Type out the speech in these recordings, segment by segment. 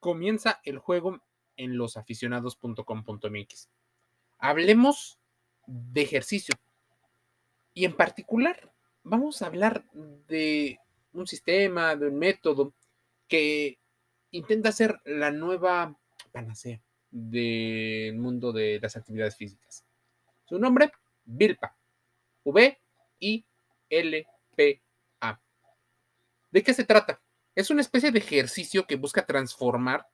Comienza el juego en losaficionados.com.mx. Hablemos de ejercicio y en particular vamos a hablar de un sistema, de un método que intenta ser la nueva panacea del mundo de las actividades físicas. Su nombre, VILPA. VILPA. ¿De qué se trata? Es una especie de ejercicio que busca transformar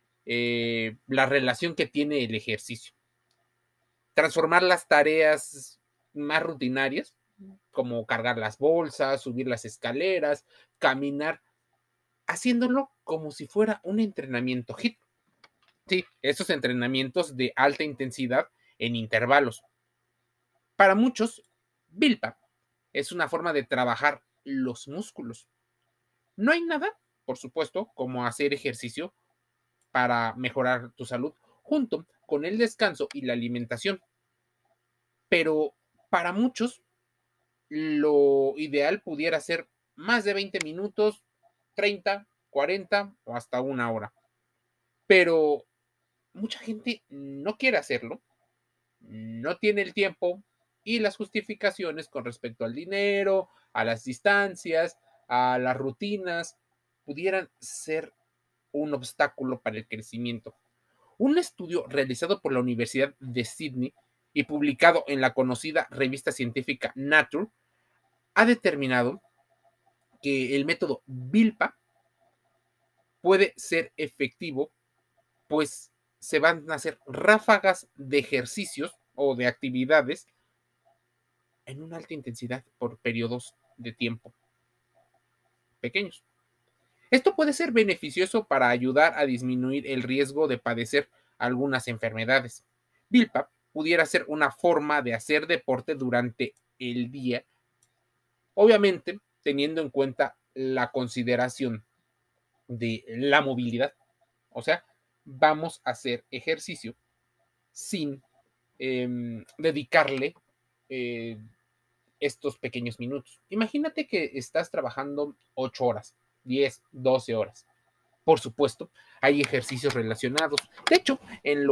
la relación que tiene el ejercicio. Transformar las tareas más rutinarias, como cargar las bolsas, subir las escaleras, caminar, haciéndolo como si fuera un entrenamiento HIIT. Sí, esos entrenamientos de alta intensidad en intervalos. Para muchos, VILPA es una forma de trabajar los músculos. No hay nada, por supuesto, como hacer ejercicio para mejorar tu salud, junto con el descanso y la alimentación. Pero para muchos, lo ideal pudiera ser más de 20 minutos, 30, 40 o hasta una hora. Pero mucha gente no quiere hacerlo, no tiene el tiempo y las justificaciones con respecto al dinero, a las distancias, a las rutinas, pudieran ser un obstáculo para el crecimiento. Un estudio realizado por la Universidad de Sydney y publicado en la conocida revista científica Nature ha determinado que el método VILPA puede ser efectivo, pues se van a hacer ráfagas de ejercicios o de actividades en una alta intensidad por periodos de tiempo pequeños. Esto puede ser beneficioso para ayudar a disminuir el riesgo de padecer algunas enfermedades. VILPA pudiera ser una forma de hacer deporte durante el día, obviamente teniendo en cuenta la consideración de la movilidad. O sea, vamos a hacer ejercicio sin dedicarle eh, estos pequeños minutos. Imagínate que estás trabajando 8 horas, 10, 12 horas. Por supuesto, hay ejercicios relacionados. De hecho, en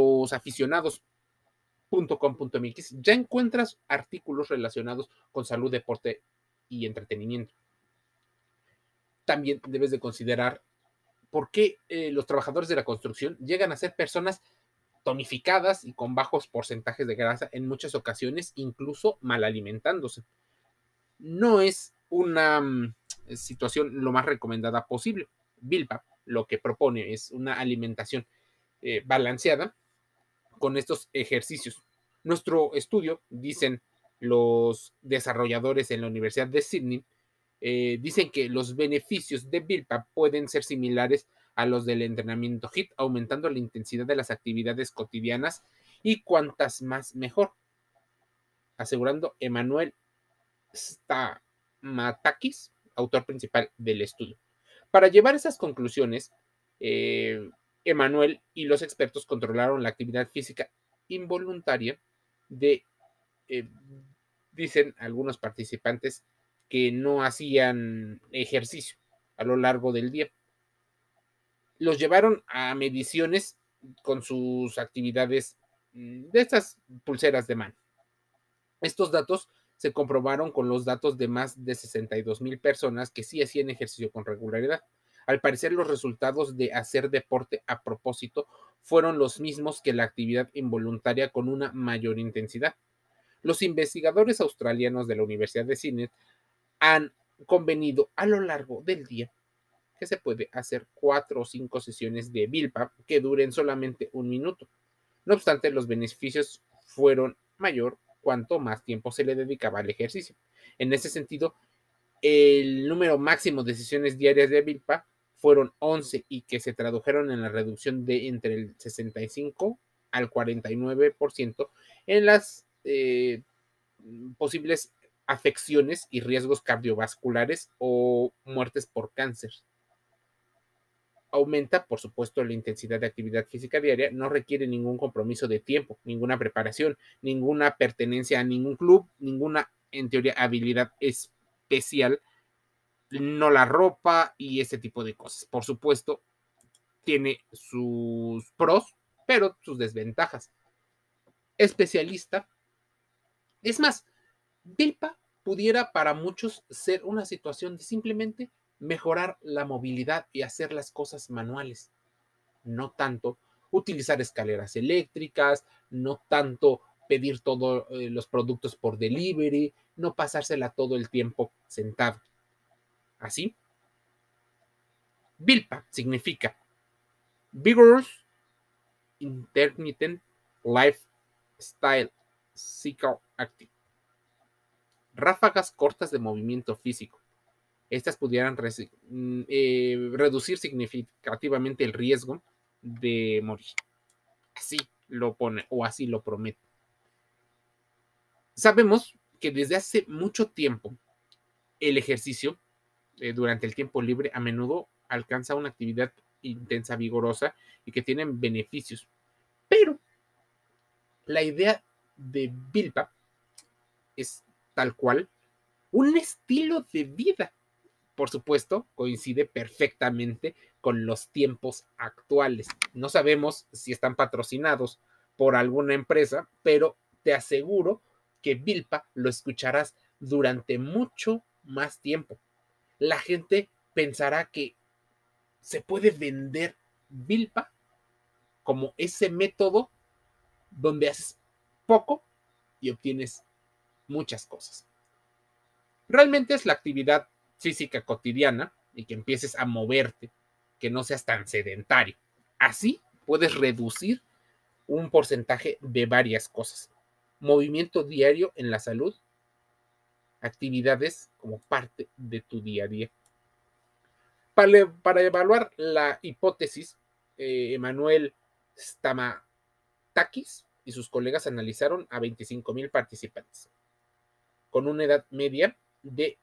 losaficionados.com.mx ya encuentras artículos relacionados con salud, deporte y entretenimiento. También debes de considerar por qué los trabajadores de la construcción llegan a ser personas tonificadas y con bajos porcentajes de grasa, en muchas ocasiones incluso mal alimentándose. No es una situación lo más recomendada posible. Vilpa lo que propone es una alimentación balanceada con estos ejercicios. Nuestro estudio, dicen los desarrolladores en la Universidad de Sydney, dicen que los beneficios de VILPA pueden ser similares a los del entrenamiento HIIT, aumentando la intensidad de las actividades cotidianas y cuantas más mejor, asegurando Emanuel Stamatakis, autor principal del estudio. Para llevar esas conclusiones, Emanuel y los expertos controlaron la actividad física involuntaria de, eh, dicen algunos participantes, que no hacían ejercicio a lo largo del día. Los llevaron a mediciones con sus actividades de estas pulseras de mano. Estos datos se comprobaron con los datos de más de 62,000 personas que sí hacían ejercicio con regularidad. Al parecer, los resultados de hacer deporte a propósito fueron los mismos que la actividad involuntaria con una mayor intensidad. Los investigadores australianos de la Universidad de Sydney han convenido a lo largo del día que se puede hacer 4 o 5 sesiones de VILPA que duren solamente un minuto. No obstante, los beneficios fueron mayor cuanto más tiempo se le dedicaba al ejercicio. En ese sentido, el número máximo de sesiones diarias de VILPA fueron 11 y que se tradujeron en la reducción de entre el 65 al 49% en las posibles afecciones y riesgos cardiovasculares o muertes por cáncer. Aumenta, por supuesto, la intensidad de actividad física diaria, no requiere ningún compromiso de tiempo, ninguna preparación, ninguna pertenencia a ningún club, ninguna, en teoría, habilidad especial, no la ropa y ese tipo de cosas. Por supuesto, tiene sus pros, pero sus desventajas. Especialista. Es más, Vilpa pudiera para muchos ser una situación de simplemente mejorar la movilidad y hacer las cosas manuales, no tanto utilizar escaleras eléctricas, no tanto pedir todos los productos por delivery, no pasársela todo el tiempo sentado. Así, Vilpa significa Vigorous Intermittent Lifestyle Cycle Active. Ráfagas cortas de movimiento físico. Estas pudieran reducir significativamente el riesgo de morir. Así lo pone o así lo promete. Sabemos que desde hace mucho tiempo el ejercicio durante el tiempo libre a menudo alcanza una actividad intensa, vigorosa y que tienen beneficios. Pero la idea de Vilpa es tal cual un estilo de vida. Por supuesto, coincide perfectamente con los tiempos actuales. No sabemos si están patrocinados por alguna empresa, pero te aseguro que Vilpa lo escucharás durante mucho más tiempo. La gente pensará que se puede vender Vilpa como ese método donde haces poco y obtienes muchas cosas. Realmente es la actividad física cotidiana y que empieces a moverte, que no seas tan sedentario. Así puedes reducir un porcentaje de varias cosas. Movimiento diario en la salud, actividades como parte de tu día a día. Para evaluar la hipótesis, Emanuel Stamatakis y sus colegas analizaron a 25,000 participantes con una edad media de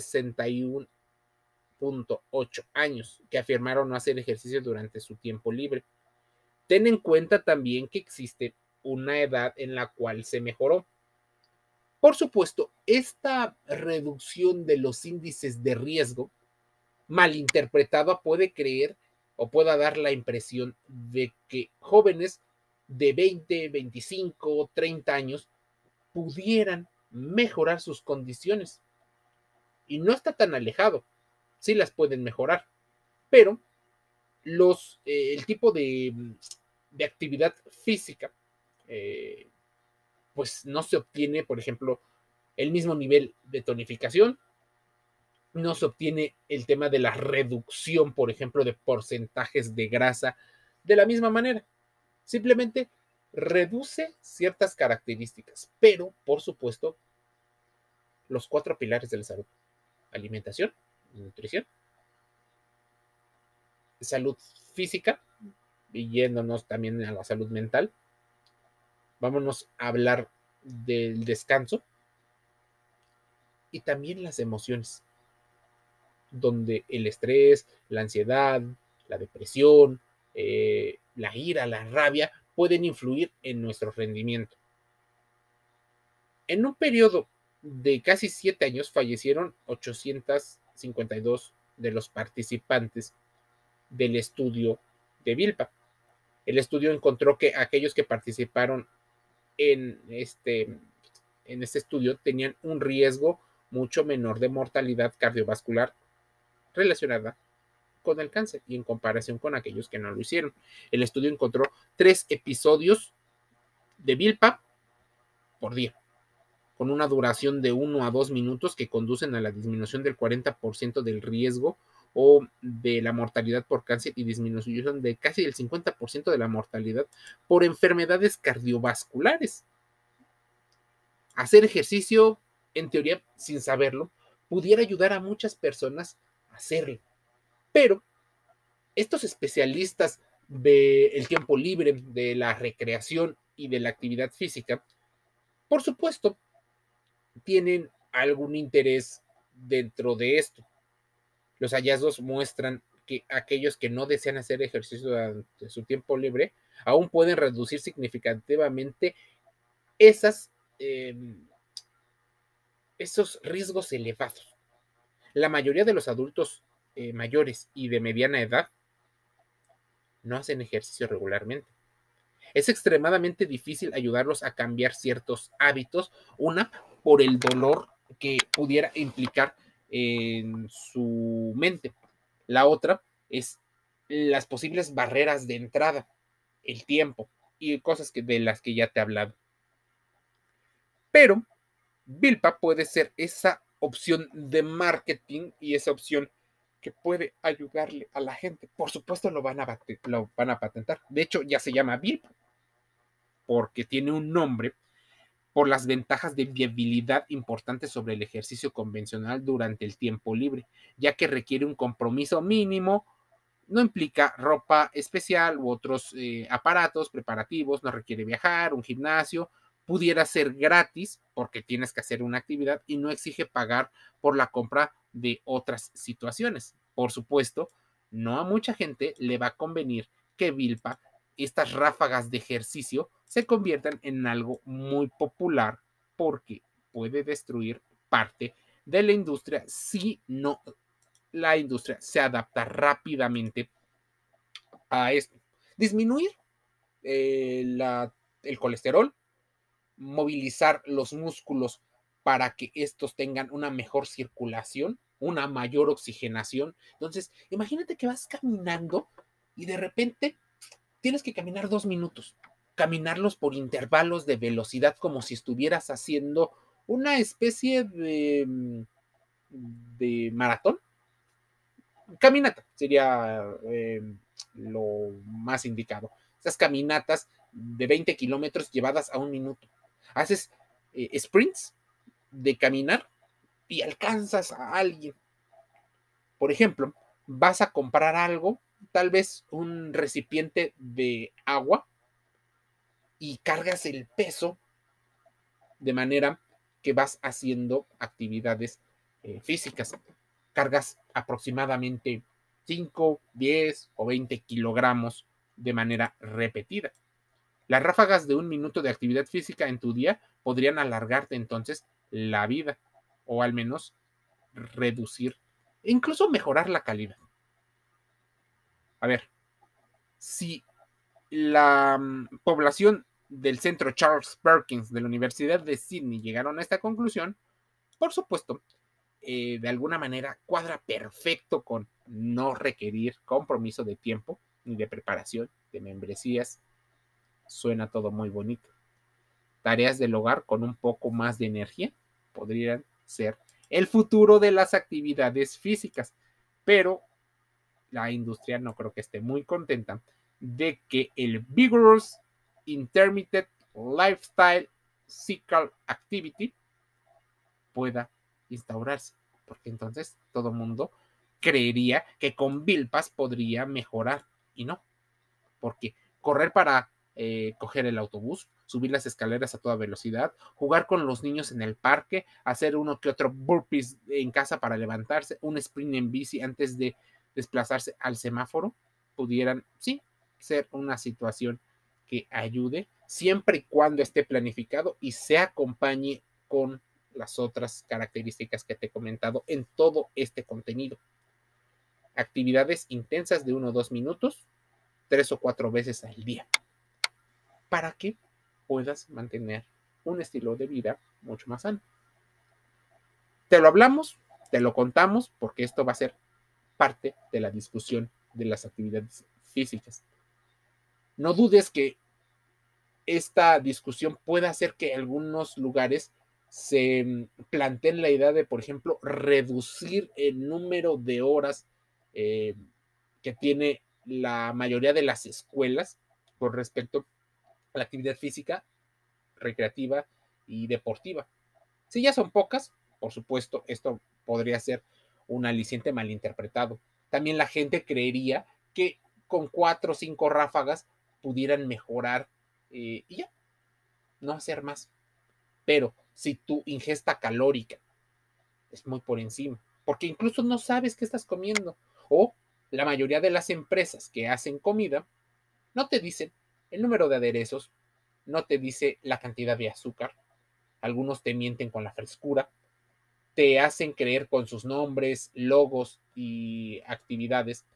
61,8 años que afirmaron no hacer ejercicio durante su tiempo libre. Ten en cuenta también que existe una edad en la cual se mejoró. Por supuesto, esta reducción de los índices de riesgo malinterpretada puede creer o pueda dar la impresión de que jóvenes de 20, 25, 30 años pudieran mejorar sus condiciones. Y no está tan alejado, sí las pueden mejorar, pero el tipo de actividad física, eh, pues no se obtiene, por ejemplo, el mismo nivel de tonificación, no se obtiene el tema de la reducción, por ejemplo, de porcentajes de grasa de la misma manera. Simplemente reduce ciertas características, pero por supuesto, los 4 pilares de la salud: alimentación, nutrición, salud física, y yéndonos también a la salud mental, vámonos a hablar del descanso y también las emociones, donde el estrés, la ansiedad, la depresión, la ira, la rabia pueden influir en nuestro rendimiento. En un periodo de casi 7 años fallecieron 852 de los participantes del estudio de Vilpa. El estudio encontró que aquellos que participaron en este estudio tenían un riesgo mucho menor de mortalidad cardiovascular relacionada con el cáncer y en comparación con aquellos que no lo hicieron. El estudio encontró 3 episodios de Vilpa por día, con una duración de 1 a 2 minutos que conducen a la disminución del 40% del riesgo o de la mortalidad por cáncer y disminución de casi el 50% de la mortalidad por enfermedades cardiovasculares. Hacer ejercicio, en teoría, sin saberlo, pudiera ayudar a muchas personas a hacerlo. Pero estos especialistas del tiempo libre, de la recreación y de la actividad física, por supuesto, tienen algún interés dentro de esto. Los hallazgos muestran que aquellos que no desean hacer ejercicio durante su tiempo libre aún pueden reducir significativamente esas, eh, esos riesgos elevados. La mayoría de los adultos mayores y de mediana edad no hacen ejercicio regularmente. Es extremadamente difícil ayudarlos a cambiar ciertos hábitos, una por el dolor que pudiera implicar en su mente. La otra es las posibles barreras de entrada, el tiempo y cosas de las que ya te he hablado. Pero Vilpa puede ser esa opción de marketing y esa opción que puede ayudarle a la gente. Por supuesto lo van a patentar. De hecho, ya se llama Vilpa porque tiene un nombre por las ventajas de viabilidad importantes sobre el ejercicio convencional durante el tiempo libre, ya que requiere un compromiso mínimo, no implica ropa especial u otros aparatos preparativos, no requiere viajar, un gimnasio, pudiera ser gratis porque tienes que hacer una actividad y no exige pagar por la compra de otras situaciones. Por supuesto, no a mucha gente le va a convenir que Vilpa, estas ráfagas de ejercicio, se conviertan en algo muy popular porque puede destruir parte de la industria si no la industria se adapta rápidamente a esto. Disminuir el colesterol, movilizar los músculos para que estos tengan una mejor circulación, una mayor oxigenación. Entonces, imagínate que vas caminando y de repente tienes que caminar 2 minutos, caminarlos por intervalos de velocidad como si estuvieras haciendo una especie de maratón. Caminata sería lo más indicado. Esas caminatas de 20 kilómetros llevadas a 1 minuto. Haces sprints de caminar y alcanzas a alguien. Por ejemplo, vas a comprar algo, tal vez un recipiente de agua, y cargas el peso de manera que vas haciendo actividades físicas. Cargas aproximadamente 5, 10 o 20 kilogramos de manera repetida. Las ráfagas de 1 minuto de actividad física en tu día podrían alargarte entonces la vida o al menos reducir e incluso mejorar la calidad. A ver, si la población del centro Charles Perkins de la Universidad de Sydney llegaron a esta conclusión, por supuesto, de alguna manera cuadra perfecto con no requerir compromiso de tiempo ni de preparación, de membresías. Suena todo muy bonito. Tareas del hogar con un poco más de energía podrían ser el futuro de las actividades físicas, pero la industria no creo que esté muy contenta de que el Vigorous Intermittent Lifestyle Cycle Activity pueda instaurarse, porque entonces todo el mundo creería que con Vilpas podría mejorar y no, porque correr para coger el autobús, subir las escaleras a toda velocidad, jugar con los niños en el parque, hacer uno que otro burpees en casa para levantarse, un sprint en bici antes de desplazarse al semáforo, pudieran, sí, ser una situación que ayude siempre y cuando esté planificado y se acompañe con las otras características que te he comentado en todo este contenido. Actividades intensas de 1 o 2 minutos, 3 o 4 veces al día, para que puedas mantener un estilo de vida mucho más sano. Te lo hablamos, te lo contamos, porque esto va a ser parte de la discusión de las actividades físicas. No dudes que esta discusión pueda hacer que algunos lugares se planteen la idea de, por ejemplo, reducir el número de horas eh, que tiene la mayoría de las escuelas con respecto a la actividad física, recreativa y deportiva. Si ya son pocas, por supuesto, esto podría ser un aliciente malinterpretado. También la gente creería que con 4 o 5 ráfagas pudieran mejorar y ya, no hacer más. Pero si tu ingesta calórica es muy por encima, porque incluso no sabes qué estás comiendo, o la mayoría de las empresas que hacen comida no te dicen el número de aderezos, no te dice la cantidad de azúcar, algunos te mienten con la frescura, te hacen creer con sus nombres, logos y actividades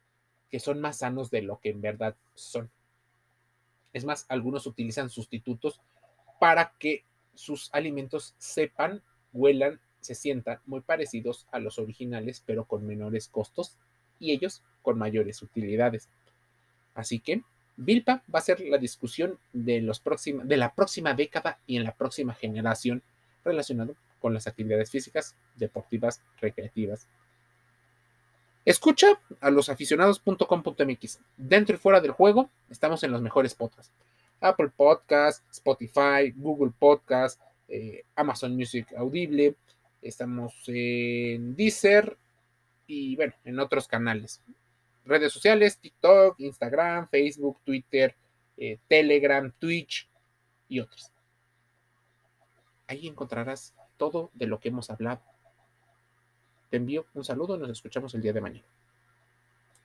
que son más sanos de lo que en verdad son. Es más, algunos utilizan sustitutos para que sus alimentos sepan, huelan, se sientan muy parecidos a los originales, pero con menores costos y ellos con mayores utilidades. Así que Vilpa va a ser la discusión de la próxima década y en la próxima generación relacionado con las actividades físicas, deportivas, recreativas. Escucha a losaficionados.com.mx. Dentro y fuera del juego, estamos en los mejores podcasts. Apple Podcast, Spotify, Google Podcast, Amazon Music Audible. Estamos en Deezer y bueno, en otros canales. Redes sociales, TikTok, Instagram, Facebook, Twitter, Telegram, Twitch y otros. Ahí encontrarás todo de lo que hemos hablado. Te envío un saludo y nos escuchamos el día de mañana.